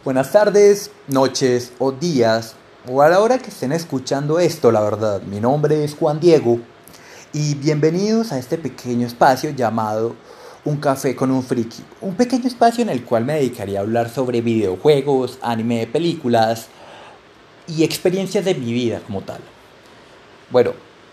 Buenas tardes, noches o días, o a la hora que estén escuchando esto, la verdad. Mi nombre es Juan Diego y bienvenidos a este pequeño espacio llamado Un Café con un Friki. Un pequeño espacio en el cual me dedicaría a hablar sobre videojuegos, anime, películas y experiencias de mi vida como tal. Bueno,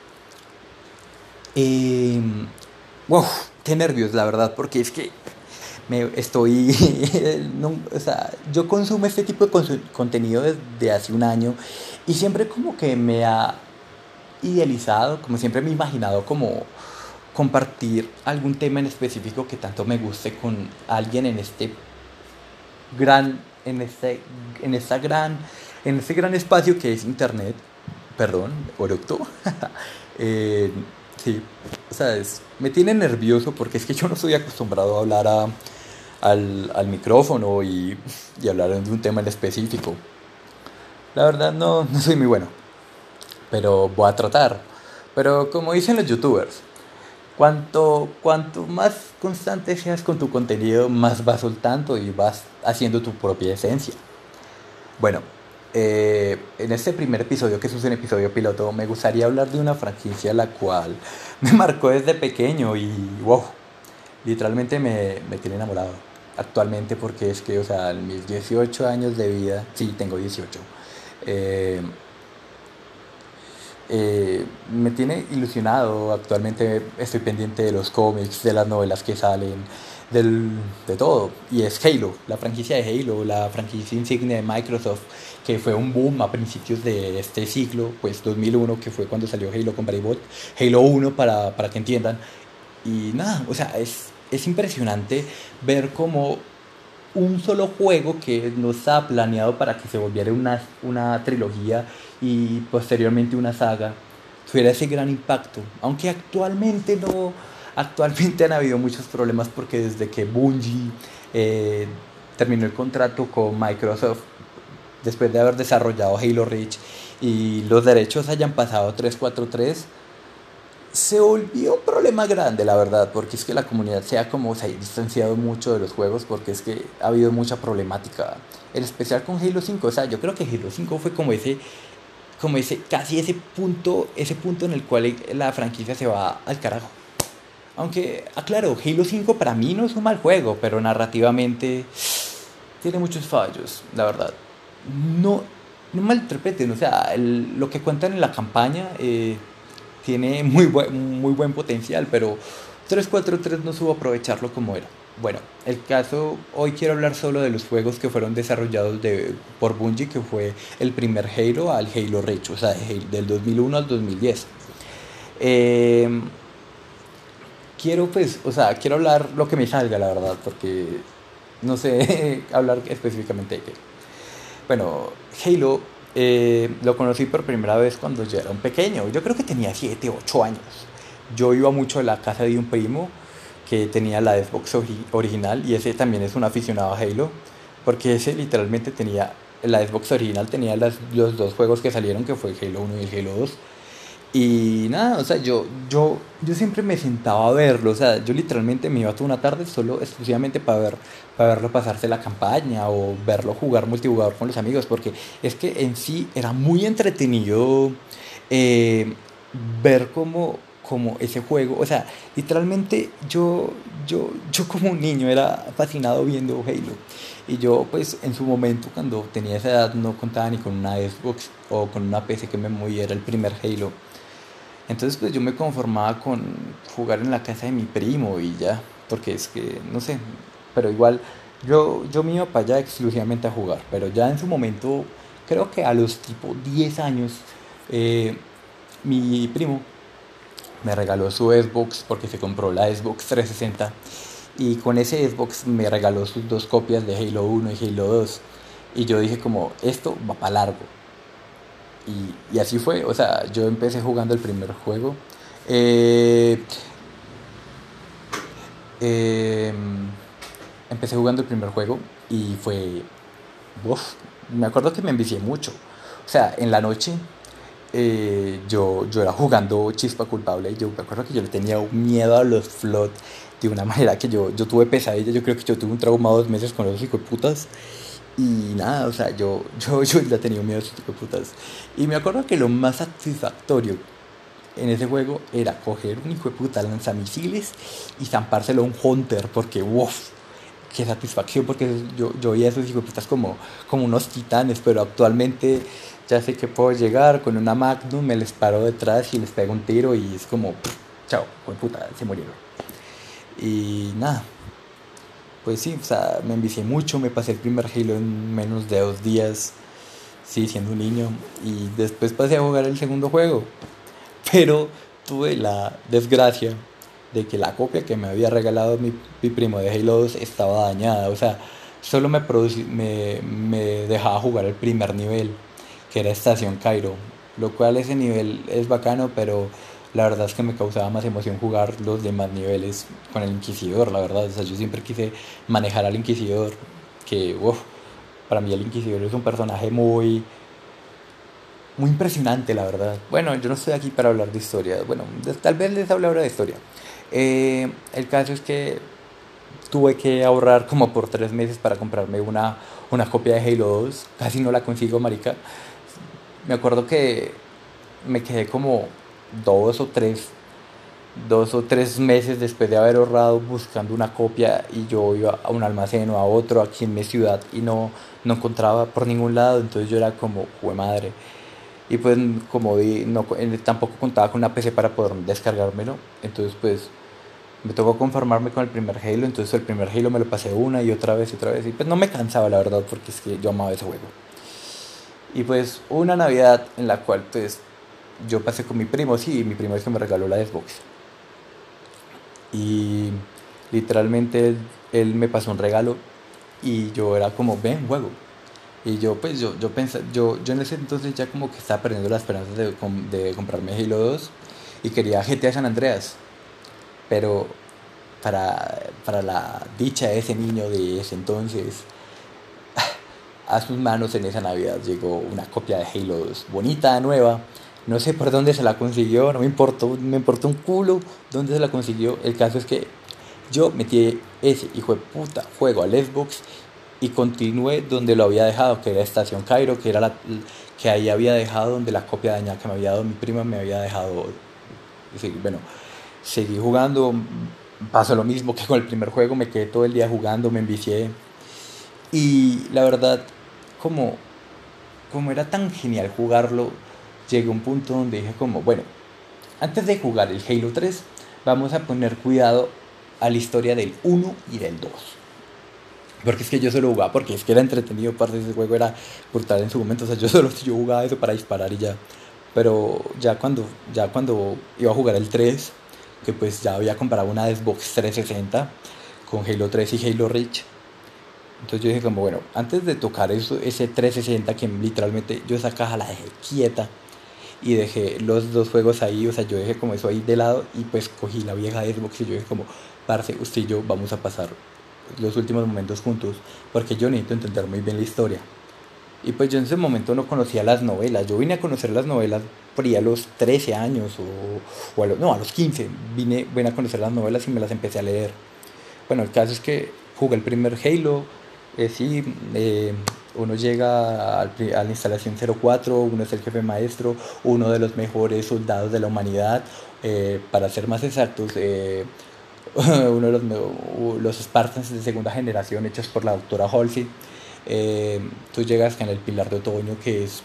eh, wow, qué nervios la verdad, porque es que me estoy no, o sea, yo consumo este tipo de contenido desde hace un año y siempre como que me ha idealizado, como siempre me he imaginado como compartir algún tema en específico que tanto me guste con alguien en este gran en este en esta gran en este gran espacio que es internet. Perdón, Oructo. eh, sí, o sea, me tiene nervioso porque es que yo no estoy acostumbrado a hablar al micrófono y hablar de un tema en específico. La verdad no soy muy bueno, pero voy a tratar. Pero como dicen los youtubers, cuanto más constante seas con tu contenido, más vas soltando y vas haciendo tu propia esencia. Bueno, en este primer episodio, que es un episodio piloto, me gustaría hablar de una franquicia la cual me marcó desde pequeño y wow, literalmente me tiene enamorado actualmente porque es que, o sea, en mis 18 años de vida, sí, tengo 18, eh, me tiene ilusionado. Actualmente estoy pendiente de los cómics, de las novelas que salen, de todo. Y es Halo, la franquicia de Halo, la franquicia insignia de Microsoft, que fue un boom a principios de este siglo, pues 2001, que fue cuando salió Halo con Barry Bot, Halo 1 para que entiendan. Y nada, o sea, es impresionante ver cómo un solo juego que no estaba planeado para que se volviera una trilogía y posteriormente una saga, tuviera ese gran impacto. Aunque actualmente han habido muchos problemas porque desde que Bungie eh, terminó el contrato con Microsoft, después de haber desarrollado Halo Reach y los derechos hayan pasado a 343, se volvió un problema grande, la verdad, porque es que la comunidad se ha distanciado mucho de los juegos, porque es que ha habido mucha problemática, en especial con Halo 5. O sea, yo creo que Halo 5 fue casi ese punto en el cual la franquicia se va al carajo. Aunque, aclaro, Halo 5 para mí no es un mal juego, pero narrativamente tiene muchos fallos, la verdad. No, no malinterpreten, o sea, lo que cuentan en la campaña tiene muy buen potencial, pero 343 no supo aprovecharlo como era. Bueno, el caso, hoy quiero hablar solo de los juegos que fueron desarrollados por Bungie, que fue el primer Halo al Halo Reach, o sea, del 2001 al 2010. Eh, quiero hablar lo que me salga, la verdad, porque no sé hablar específicamente de qué. Bueno, Halo lo conocí por primera vez cuando yo era un pequeño. Yo creo que tenía 7 8 años. Yo iba mucho a la casa de un primo que tenía la Xbox original y ese también es un aficionado a Halo. Porque ese literalmente tenía, la Xbox original tenía los dos juegos que salieron, que fue el Halo 1 y el Halo 2. Y nada, o sea, yo siempre me sentaba a verlo, o sea, yo literalmente me iba toda una tarde solo exclusivamente para verlo pasarse la campaña o verlo jugar multijugador con los amigos, porque es que en sí era muy entretenido eh, ver como ese juego, o sea, literalmente yo como un niño era fascinado viendo Halo. Y yo pues en su momento cuando tenía esa edad no contaba ni con una Xbox o con una PC que me moviera el primer Halo. Entonces pues yo me conformaba con jugar en la casa de mi primo y ya, porque es que, no sé, pero igual yo me iba para allá exclusivamente a jugar, pero ya en su momento, creo que a los tipo 10 años, eh, mi primo me regaló su Xbox porque se compró la Xbox 360 y con ese Xbox me regaló sus dos copias de Halo 1 y Halo 2 y yo dije como, esto va para largo. Y así fue, o sea, yo empecé jugando el primer juego. Eh, eh, Empecé jugando el primer juego y fue... Uf, me acuerdo que me envicié mucho. O sea, en la noche yo era jugando Chispa Culpable y yo me acuerdo que yo le tenía un miedo a los flood de una manera que yo tuve pesadilla. Yo creo que yo tuve un trauma 2 meses con los hijos de putas. Y nada, o sea, yo le he tenido miedo a estos tipo de putas. Y me acuerdo que lo más satisfactorio en ese juego era coger un hijo de puta lanzamisiles y zampárselo a un Hunter, porque uff, qué satisfacción, porque yo veía a esos hijos de putas como unos titanes, pero actualmente ya sé que puedo llegar con una Magnum, me les paro detrás y les pego un tiro y es como, chao, hijo de puta, se murieron. Y nada, pues sí, o sea, me envicié mucho, me pasé el primer Halo en menos de 2 días, sí, siendo un niño, y después pasé a jugar el segundo juego, pero tuve la desgracia de que la copia que me había regalado mi primo de Halo 2 estaba dañada, o sea, solo me dejaba jugar el primer nivel, que era Estación Cairo, lo cual ese nivel es bacano, pero la verdad es que me causaba más emoción jugar los demás niveles con el Inquisidor, la verdad, o sea, yo siempre quise manejar al Inquisidor, que, uff, para mí el Inquisidor es un personaje muy impresionante, la verdad. Bueno, yo no estoy aquí para hablar de historia. Bueno, tal vez les hable ahora de historia. El caso es que tuve que ahorrar como por 3 meses para comprarme una copia de Halo 2. Casi no la consigo, marica. Me acuerdo que me quedé como 2 o 3 2 o 3 meses después de haber ahorrado buscando una copia y yo iba a un almacén o a otro aquí en mi ciudad y no encontraba por ningún lado, entonces yo era como, jue madre. Y pues como no, tampoco contaba con una PC para poder descargármelo, entonces pues me tocó conformarme con el primer Halo, entonces el primer Halo me lo pasé una y otra vez, y pues no me cansaba la verdad porque es que yo amaba ese juego. Y pues hubo una Navidad en la cual pues yo pasé con mi primo, sí, mi primo es que me regaló la Xbox. Y literalmente él me pasó un regalo y yo era como, ven, juego. Y yo, pues, yo pensé, yo en ese entonces ya como que estaba perdiendo la esperanza de comprarme Halo 2 y quería GTA San Andreas. Pero para la dicha de ese niño de ese entonces, a sus manos en esa Navidad llegó una copia de Halo 2, bonita, nueva. No sé por dónde se la consiguió, no me importó, me importó un culo dónde se la consiguió. El caso es que yo metí ese hijo de puta juego al Xbox y continué donde lo había dejado, que era Estación Cairo, que era que ahí había dejado donde la copia dañada que me había dado mi prima me había dejado. Sí, bueno, seguí jugando, pasó lo mismo que con el primer juego, me quedé todo el día jugando, me envicié. Y la verdad, como, como era tan genial jugarlo, llegué a un punto donde dije como, bueno, antes de jugar el Halo 3, vamos a poner cuidado a la historia del 1 y del 2. Porque es que yo solo jugaba, porque es que era entretenido, parte de ese juego era brutal en su momento, o sea, yo jugaba eso para disparar y ya. Pero ya cuando iba a jugar el 3, que pues ya había comprado una Xbox 360 con Halo 3 y Halo Reach, entonces yo dije como, bueno, antes de tocar eso, ese 360 que literalmente yo esa caja la dejé quieta y dejé los dos juegos ahí, o sea, yo dejé como eso ahí de lado y pues cogí la vieja Xbox y yo dije como, parce, usted y yo vamos a pasar los últimos momentos juntos, porque yo necesito entender muy bien la historia. Y pues yo en ese momento no conocía las novelas, yo vine a conocer las novelas por ahí a los 13 años no, a los 15 vine a conocer las novelas y me las empecé a leer. Bueno, el caso es que jugué el primer Halo, sí, uno llega a la instalación 04, uno es el jefe maestro, uno de los mejores soldados de la humanidad, para ser más exactos, uno de los Spartans de segunda generación hechos por la doctora Halsey. Tú llegas en el Pilar de Otoño,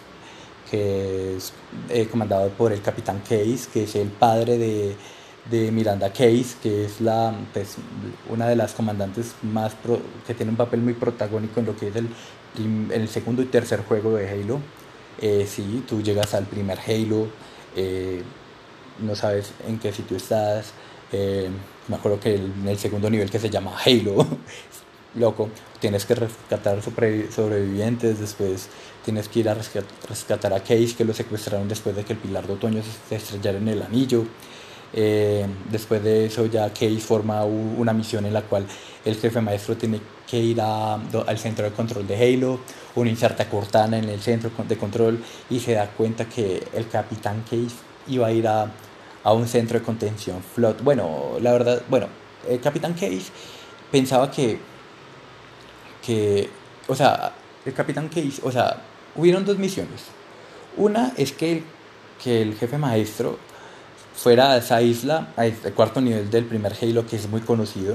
que es comandado por el Capitán Case, que es el padre de Miranda Case, que es pues, una de las comandantes que tiene un papel muy protagónico en lo que es el segundo y tercer juego de Halo. Sí, tú llegas al primer Halo, eh, no sabes en qué sitio estás. Me acuerdo que en el segundo nivel, que se llama Halo, loco, tienes que rescatar sobrevivientes, después tienes que ir a rescatar a Case, que lo secuestraron después de que el Pilar de Otoño se estrellara en el anillo. Después de eso ya Case forma una misión en la cual el jefe maestro tiene que ir al centro de control de Halo, unirse a Cortana en el centro de control y se da cuenta que el capitán Case iba a ir a un centro de contención Flood. Bueno, la verdad, bueno, el capitán Case pensaba que, o sea, el Capitán Case, o sea, hubieron dos misiones. Una es que el jefe maestro fuera a esa isla, a este cuarto nivel del primer Halo que es muy conocido,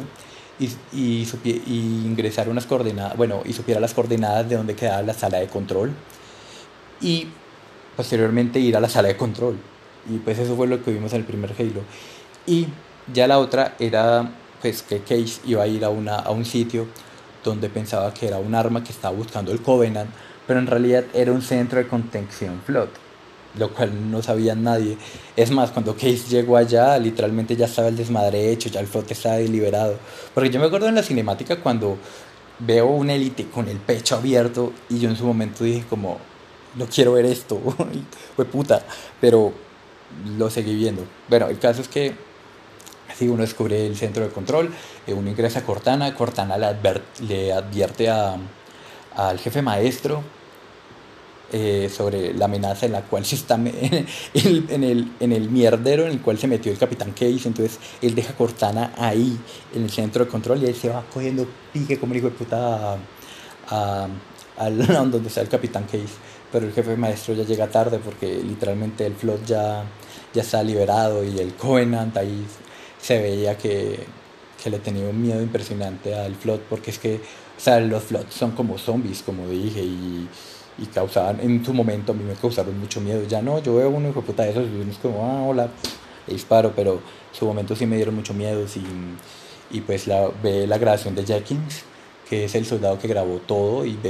y ingresar unas coordenadas, bueno, y supiera las coordenadas de donde quedaba la sala de control, y posteriormente ir a la sala de control. Y pues eso fue lo que vimos en el primer Halo. Y ya la otra era pues que Case iba a ir a un sitio donde pensaba que era un arma que estaba buscando el Covenant, pero en realidad era un centro de contención Flood, lo cual no sabía nadie. Es más, cuando Case llegó allá, literalmente ya estaba el desmadre hecho, ya el Flood estaba liberado. Porque yo me acuerdo en la cinemática cuando veo un élite con el pecho abierto y yo en su momento dije como, no quiero ver esto, fue puta, pero lo seguí viendo. Bueno, el caso es que si uno descubre el centro de control, uno ingresa a Cortana, Cortana le advierte al jefe maestro sobre la amenaza en la cual se está en el mierdero en el cual se metió el Capitán Case. Entonces él deja a Cortana ahí en el centro de control y él se va cogiendo pique como el hijo de puta a, a donde está el Capitán Case. Pero el jefe maestro ya llega tarde porque literalmente el Flood ya está liberado y el Covenant ahí se veía que le tenía un miedo impresionante al Flood, porque es que, o sea, los Flood son como zombies, como dije, y causaban, en su momento a mí me causaron mucho miedo. Ya no, yo veo uno hijo de puta de esos y es como, ah, hola, le disparo, pero en su momento sí me dieron mucho miedo. Y pues ve la grabación de Jenkins, que es el soldado que grabó todo, y ve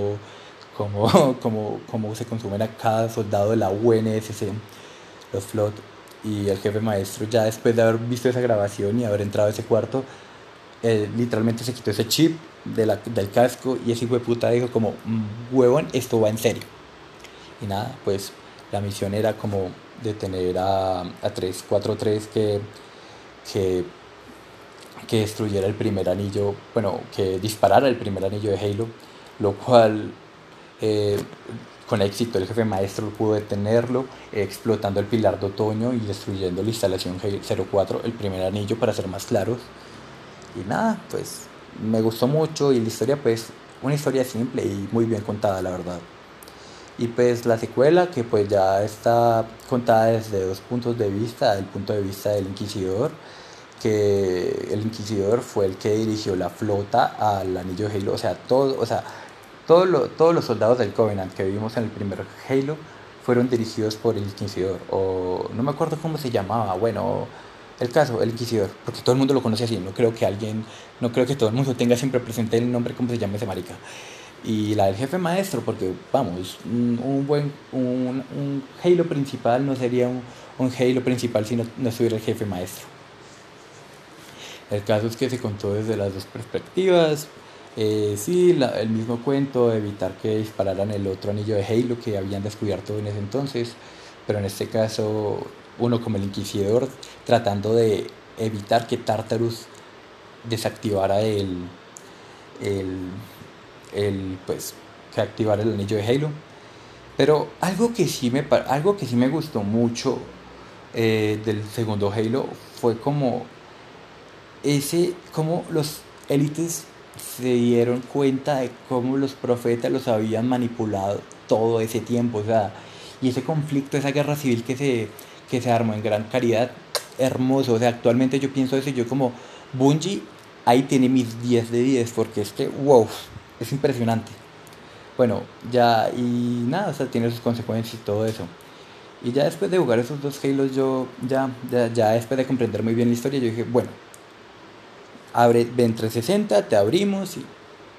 cómo se consumen a cada soldado de la UNSC, los Flood. Y el jefe maestro, ya después de haber visto esa grabación y haber entrado a ese cuarto, literalmente se quitó ese chip del casco y ese hijo de puta dijo como, huevón, esto va en serio. Y nada, pues la misión era como detener a 343 que, que destruyera el primer anillo, bueno, que disparara el primer anillo de Halo, lo cual eh, con éxito el jefe maestro pudo detenerlo, explotando el pilar de otoño y destruyendo la instalación G04, el primer anillo para ser más claros. Y nada, pues me gustó mucho y la historia pues una historia simple y muy bien contada, la verdad. Y pues la secuela que pues ya está contada desde dos puntos de vista, el punto de vista del Inquisidor, que el Inquisidor fue el que dirigió la flota al anillo de Halo, o sea, todos los soldados del Covenant que vimos en el primer Halo fueron dirigidos por el Inquisidor, o no me acuerdo cómo se llamaba, bueno, el caso, el Inquisidor, porque todo el mundo lo conoce así, no creo que todo el mundo tenga siempre presente el nombre, cómo se llama ese marica. Y la del jefe maestro, porque vamos, un Halo principal no sería un Halo principal si no estuviera el jefe maestro. El caso es que se contó desde las dos perspectivas. Sí, el mismo cuento, evitar que dispararan el otro anillo de Halo que habían descubierto en ese entonces, pero en este caso uno como el Inquisidor tratando de evitar que Tartarus desactivara el, pues, que activara el anillo de Halo. Pero algo que sí me gustó mucho del segundo Halo fue como los élites se dieron cuenta de cómo los profetas los habían manipulado todo ese tiempo, o sea, y ese conflicto, esa guerra civil que se armó en Gran Caridad, hermoso, o sea, actualmente yo pienso eso y yo como, Bungie, ahí tiene mis 10 de 10 porque es que, wow, es impresionante. Bueno, ya, y nada, o sea, tiene sus consecuencias y todo eso. Y ya después de jugar esos dos Halos, ya después de comprender muy bien la historia, yo dije, bueno, ven 360, te abrimos y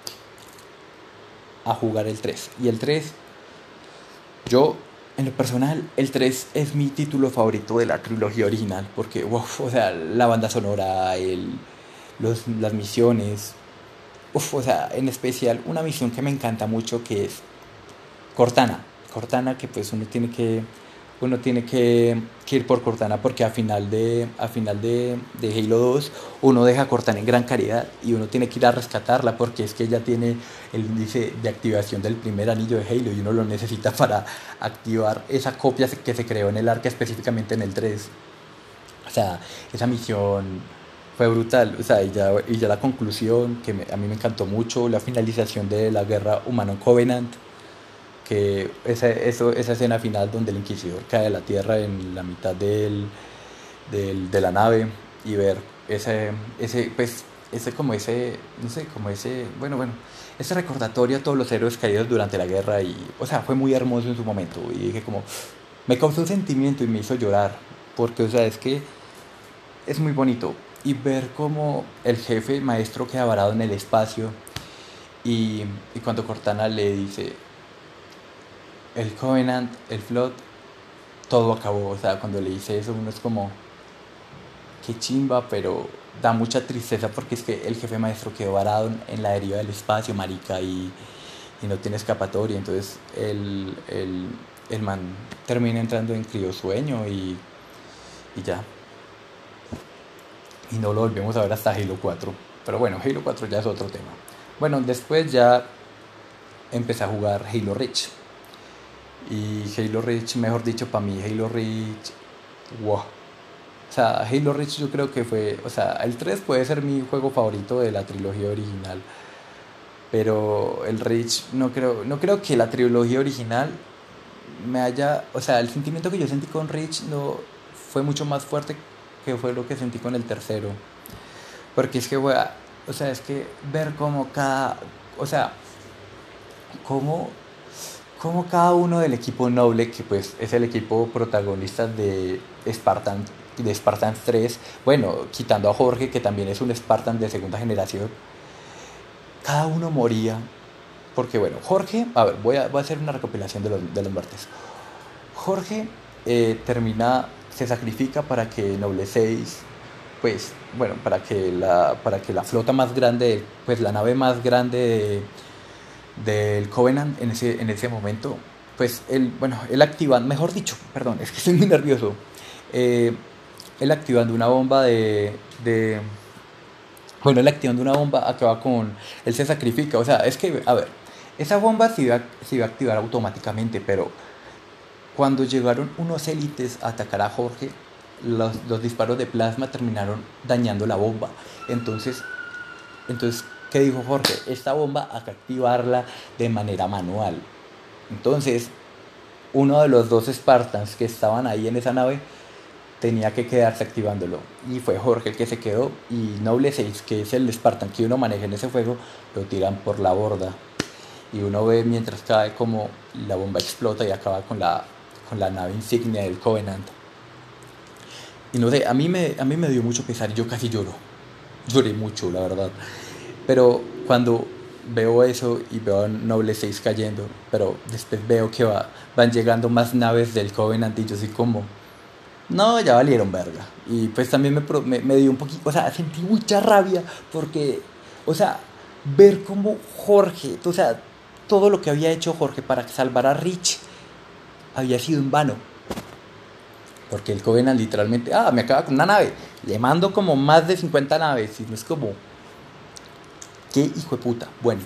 a jugar el 3. Y el 3, yo, en lo personal, el 3 es mi título favorito de la trilogía original, porque, wow, o sea, la banda sonora, las misiones, o sea, en especial una misión que me encanta mucho que es Cortana. Cortana que pues uno tiene que ir por Cortana porque a final de Halo 2 uno deja a Cortana en Gran Caridad y uno tiene que ir a rescatarla porque es que ella tiene el índice de activación del primer anillo de Halo y uno lo necesita para activar esa copia que se creó en el arca específicamente en el 3. O sea, esa misión fue brutal, o sea, y ya la conclusión, a mí me encantó mucho, la finalización de la guerra humano-covenant, que esa escena final donde el Inquisidor cae a la Tierra en la mitad de la nave y ver pues, no sé, como bueno, ese recordatorio a todos los héroes caídos durante la guerra y, o sea, fue muy hermoso en su momento y dije como, me causó un sentimiento y me hizo llorar, porque, o sea, es que es muy bonito y ver cómo el jefe maestro queda varado en el espacio y cuando Cortana le dice, el Covenant, el Flood, todo acabó, o sea, cuando le dice eso uno es como, qué chimba, pero da mucha tristeza porque es que el jefe maestro quedó varado en la deriva del espacio, marica, y no tiene escapatoria. Entonces el man termina entrando en criosueño y ya. Y no lo volvemos a ver hasta Halo 4. Pero bueno, Halo 4 ya es otro tema. Bueno, después ya empecé a jugar Halo Reach. Y Halo Reach, mejor dicho, para mí Halo Reach, wow. O sea, Halo Reach yo creo que fue, o sea, el 3 puede ser mi juego favorito de la trilogía original, pero el Reach no creo que la trilogía original me haya, o sea, el sentimiento que yo sentí con Reach no fue mucho más fuerte que fue lo que sentí con el tercero, porque es que, o sea, es que ver cómo o sea, cómo como cada uno del equipo noble, que pues es el equipo protagonista de Spartan 3, bueno, quitando a Jorge, que también es un Spartan de segunda generación, cada uno moría. Porque bueno, Jorge, a ver, voy a hacer una recopilación de los muertes. Jorge se sacrifica para que Noble 6, pues, bueno, para que la flota más grande, pues la nave más grande del Covenant en ese momento, pues él activando, mejor dicho, perdón, es que estoy muy nervioso, eh, él activando una bomba bueno, él activando una bomba acaba él se sacrifica, o sea, es que, a ver, esa bomba se iba a activar automáticamente, pero cuando llegaron unos élites a atacar a Jorge, los disparos de plasma terminaron dañando la bomba, entonces, ¿qué dijo Jorge? Esta bomba hay que activarla de manera manual. Entonces, uno de los dos Spartans que estaban ahí en esa nave tenía que quedarse activándolo. Y fue Jorge el que se quedó. Y Noble 6, que es el Spartan que uno maneja en ese juego, lo tiran por la borda. Y uno ve mientras cae como la bomba explota y acaba con la nave insignia del Covenant. Y no sé, a mí me dio mucho pesar y yo casi lloro. Lloré mucho, la verdad. Pero cuando veo eso y veo a Noble 6 cayendo, pero después veo que van llegando más naves del Covenant y yo soy como, no, ya valieron verga. Y pues también me dio un poquito, o sea, sentí mucha rabia porque, o sea, ver cómo Jorge, o sea, todo lo que había hecho Jorge para salvar a Rich había sido en vano. Porque el Covenant literalmente, me acaba con una nave. Le mando como más de 50 naves y no es como, qué hijo de puta. Bueno,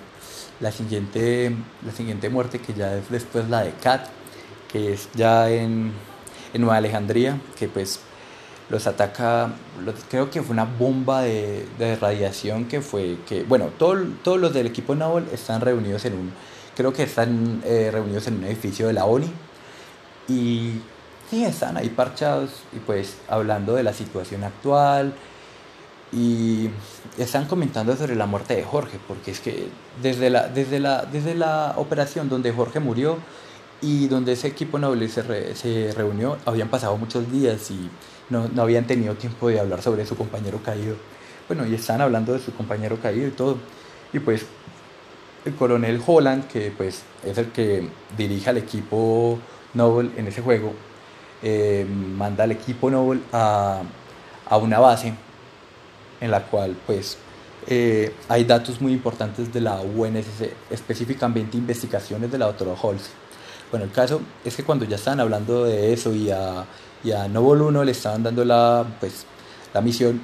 la siguiente muerte, que ya es después la de Kat, que es ya en Nueva Alejandría, que pues los ataca, creo que fue una bomba de radiación bueno, todos los del equipo naval están reunidos creo que están reunidos en un edificio de la ONI y sí, están ahí parchados y pues hablando de la situación actual y están comentando sobre la muerte de Jorge, porque es que desde la operación donde Jorge murió y donde ese equipo noble se reunió, habían pasado muchos días y no habían tenido tiempo de hablar sobre su compañero caído. Bueno, y están hablando de su compañero caído y todo. Y pues el coronel Holland, que pues es el que dirige al equipo Noble en ese juego, manda al equipo Noble a una base en la cual pues hay datos muy importantes de la UNSC, específicamente investigaciones de la doctora Halsey. Bueno, el caso es que cuando ya estaban hablando de eso y a Noble 1 le estaban dando la misión,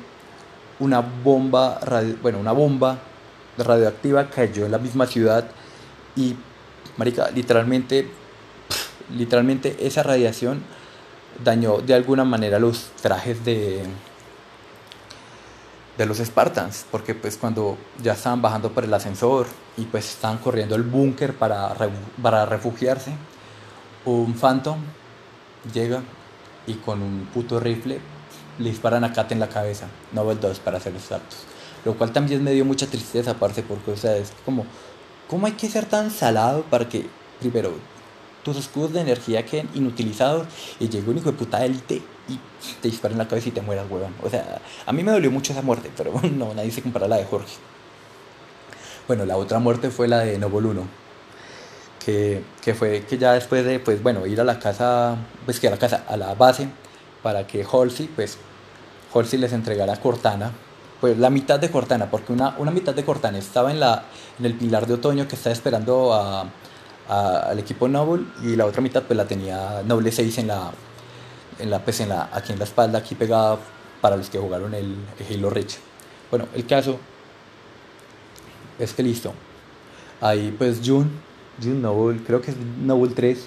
una bomba radioactiva cayó en la misma ciudad y, marica, literalmente esa radiación dañó de alguna manera los trajes de los Spartans, porque pues cuando ya estaban bajando por el ascensor y pues estaban corriendo el búnker para refugiarse, un Phantom llega y con un puto rifle le disparan a Kat en la cabeza, Novel 2 para ser exactos. Lo cual también me dio mucha tristeza, aparte, porque, o sea, es como, ¿cómo hay que ser tan salado para que, primero, tus escudos de energía queden inutilizados y llegue un hijo de puta élite y te dispara en la cabeza y te mueras, huevón? O sea, a mí me dolió mucho esa muerte, pero no, nadie se compara a la de Jorge. Bueno, la otra muerte fue la de Noble 1, que fue que ya después de, pues bueno, ir a la casa, pues que a la casa, a la base, para que Halsey les entregara a Cortana, pues la mitad de Cortana, porque una mitad de Cortana estaba en el pilar de otoño que estaba esperando al equipo Noble, y la otra mitad pues la tenía Noble 6 pues aquí en la espalda, aquí pegada, para los que jugaron el Halo Reach. Bueno, el caso es que listo. Ahí pues June Noble, creo que es Noble 3,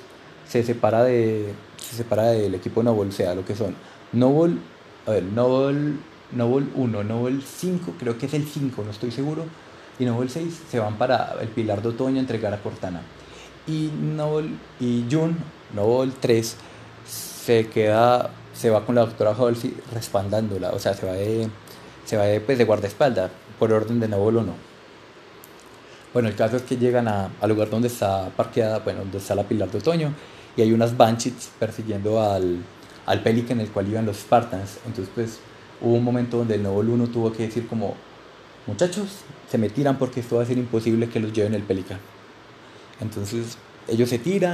se separa del equipo Noble, o sea, lo que son Noble, a ver, Noble 1, Noble 5, creo que es el 5, no estoy seguro, y Noble 6 se van para el Pilar de Otoño a entregar a Cortana. Y June, Noble 3, se va con la doctora Halsey respaldándola, o sea, pues, de guardaespaldas, por orden de Noble 1. Bueno, el caso es que llegan al lugar donde está parqueada, bueno, donde está la Pilar de Otoño, y hay unas Banshees persiguiendo al Pelican en el cual iban los Spartans. Entonces, pues, hubo un momento donde el Noble 1 tuvo que decir como, muchachos, se me tiran porque esto va a ser imposible que los lleven el Pelican. Entonces, ellos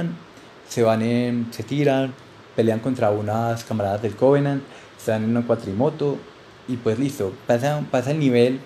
se tiran, pelean contra unas camaradas del Covenant, están en una cuatrimoto, y pues listo, pasa el nivel,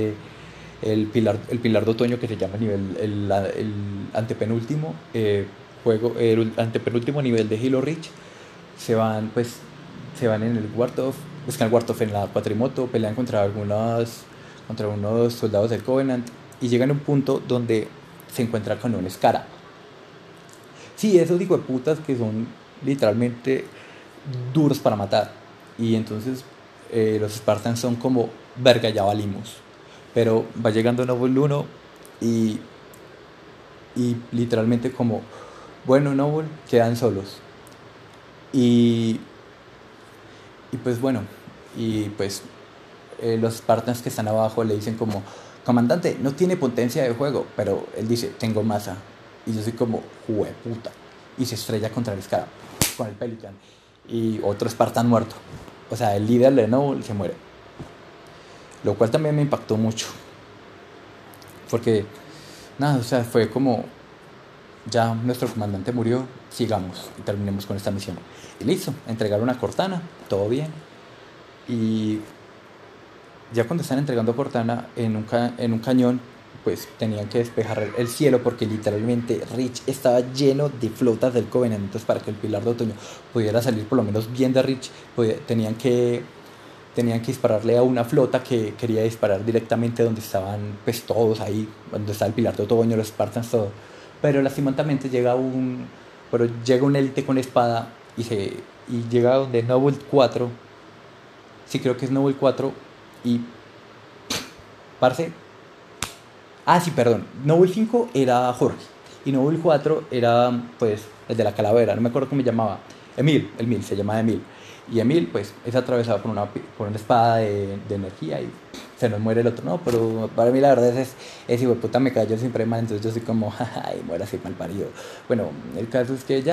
el pilar de otoño, que se llama el antepenúltimo el antepenúltimo nivel de Halo Reach. Se van pues se van en el Warthog, buscan el Warthog en la cuatrimoto, pelean contra unos soldados del Covenant, y llegan a un punto donde se encuentra con un Skara. Sí, esos hijos de putas que son literalmente duros para matar. Y entonces los Spartans son como, verga, ya valimos. Pero va llegando Noble 1 y, y literalmente como, bueno, Noble, quedan solos. Y, y pues bueno, y pues los Spartans que están abajo le dicen como, comandante, no tiene potencia de juego, pero él dice, tengo masa. Y yo soy como, jueputa. Y se estrella contra el Skara, con el Pelican. Y otro Spartan muerto. O sea, el líder de Noble se muere. Lo cual también me impactó mucho. Porque, nada, o sea, fue como, ya nuestro comandante murió, sigamos y terminemos con esta misión. Y listo, entregaron a Cortana, todo bien. Y ya cuando están entregando a Cortana en un cañón, pues tenían que despejar el cielo, porque literalmente Reach estaba lleno de flotas del Covenant. Entonces, para que el Pilar de Otoño pudiera salir por lo menos bien de Reach, tenían que dispararle a una flota que quería disparar directamente donde estaban pues todos ahí, donde está el Pilar de Otoño, los Spartans, todo. Pero lastimosamente llega un élite con espada y llega donde Noble 4, sí creo que es Noble 4, y parce, sí, perdón, Noble 5 era Jorge y Noble 4 era pues el de la calavera, no me acuerdo cómo se llamaba, Emil, se llamaba Emil. Y Emil, pues, es atravesado por una espada de energía y se nos muere el otro. No, pero para mí la verdad es hijo de puta me cayó siempre mal, entonces yo soy como, ay, muera así mal parido. Bueno, el caso es que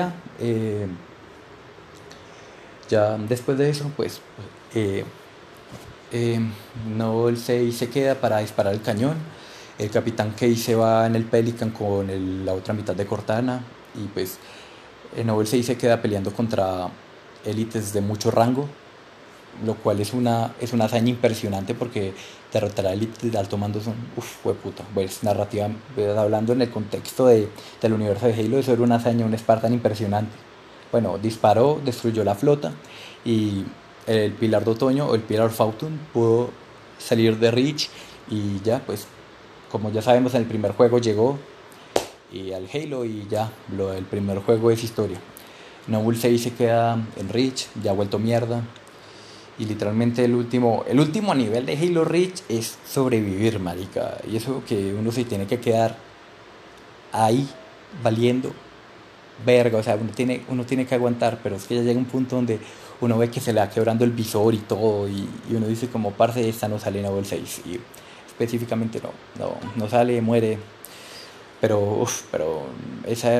ya después de eso, pues, eh, eh, Noble 6 se queda para disparar el cañón. El capitán Key se va en el Pelican con la otra mitad de Cortana, y pues Noble 6 se queda peleando contra élites de mucho rango, lo cual es una hazaña impresionante, porque derrotar a élites de alto mando son, puta, pues narrativa, pues, hablando en el contexto del universo de Halo, eso era una hazaña, un Spartan impresionante. Bueno, disparó, destruyó la flota, y el Pilar de Otoño, o el Pilar of Autumn, pudo salir de Reach, y ya, pues, como ya sabemos, en el primer juego llegó y al Halo, y ya, el primer juego es historia. Noble 6 se queda en Reach, ya ha vuelto mierda. Y literalmente el último nivel de Halo Reach es sobrevivir, marica. Y eso que uno se tiene que quedar ahí, valiendo verga. O sea, uno tiene que aguantar, pero es que ya llega un punto donde uno ve que se le va quebrando el visor y todo. Y uno dice como, parce, esta no sale en Abol 6. Y específicamente no sale, muere. Pero esa,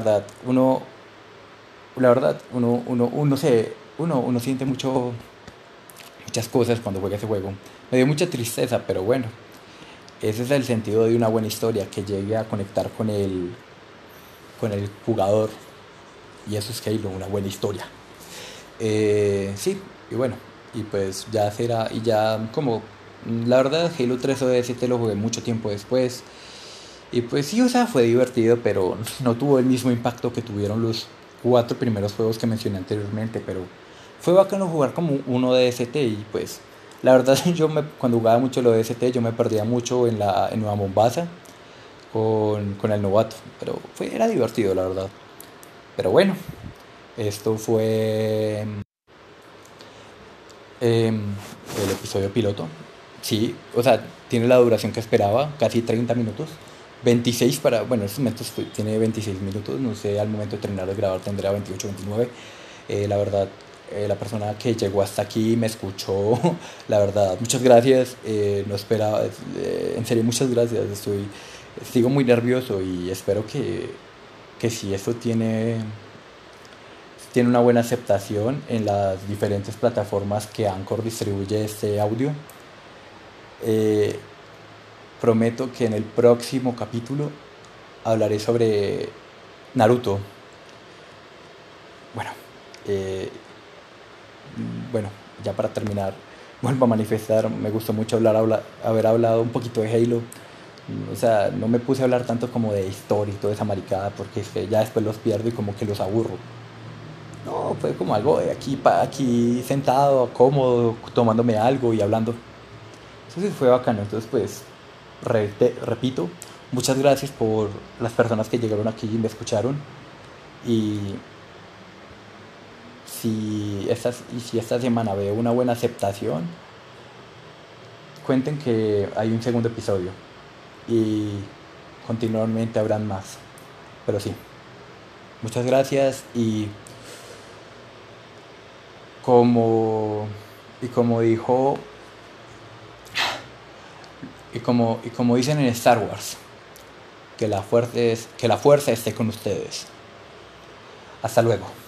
uno siente muchas cosas cuando juega ese juego. Me dio mucha tristeza, pero bueno, ese es el sentido de una buena historia, que llegue a conectar con el jugador. Y eso es Halo, una buena historia. Sí, y bueno, y pues ya será, y ya como, la verdad, Halo 3 ODST lo jugué mucho tiempo después. Y pues sí, o sea, fue divertido, pero no tuvo el mismo impacto que tuvieron los 4 primeros juegos que mencioné anteriormente. Pero fue bacano jugar como un ODST. Y pues la verdad, cuando jugaba mucho el ODST, yo me perdía mucho en Nueva Mombasa con el novato. Pero era divertido, la verdad. Pero bueno, esto fue el episodio piloto. Sí, o sea, tiene la duración que esperaba, casi 30 minutos. 26 bueno, en estos momentos tiene 26 minutos, no sé, al momento de terminar de grabar tendrá 28, 29. La verdad, la persona que llegó hasta aquí me escuchó, la verdad, muchas gracias. No esperaba, en serio, muchas gracias. Sigo muy nervioso y espero que si esto tiene una buena aceptación en las diferentes plataformas que Anchor distribuye este audio. Eh, Prometo que en el próximo capítulo hablaré sobre Naruto. Bueno, eh, bueno, ya para terminar, vuelvo a manifestar, me gustó mucho haber hablado un poquito de Halo. O sea, no me puse a hablar tanto como de historia y toda esa maricada, porque es que ya después los pierdo y como que los aburro. No, fue como algo de aquí sentado, cómodo, tomándome algo y hablando. Entonces fue bacano. Entonces, pues, repito, muchas gracias por las personas que llegaron aquí y me escucharon. Y si esta semana veo una buena aceptación, cuenten que hay un segundo episodio. Y continuamente habrán más. Pero sí, muchas gracias. Como, y como dijo, y como dicen en Star Wars, que la fuerza esté con ustedes. Hasta luego.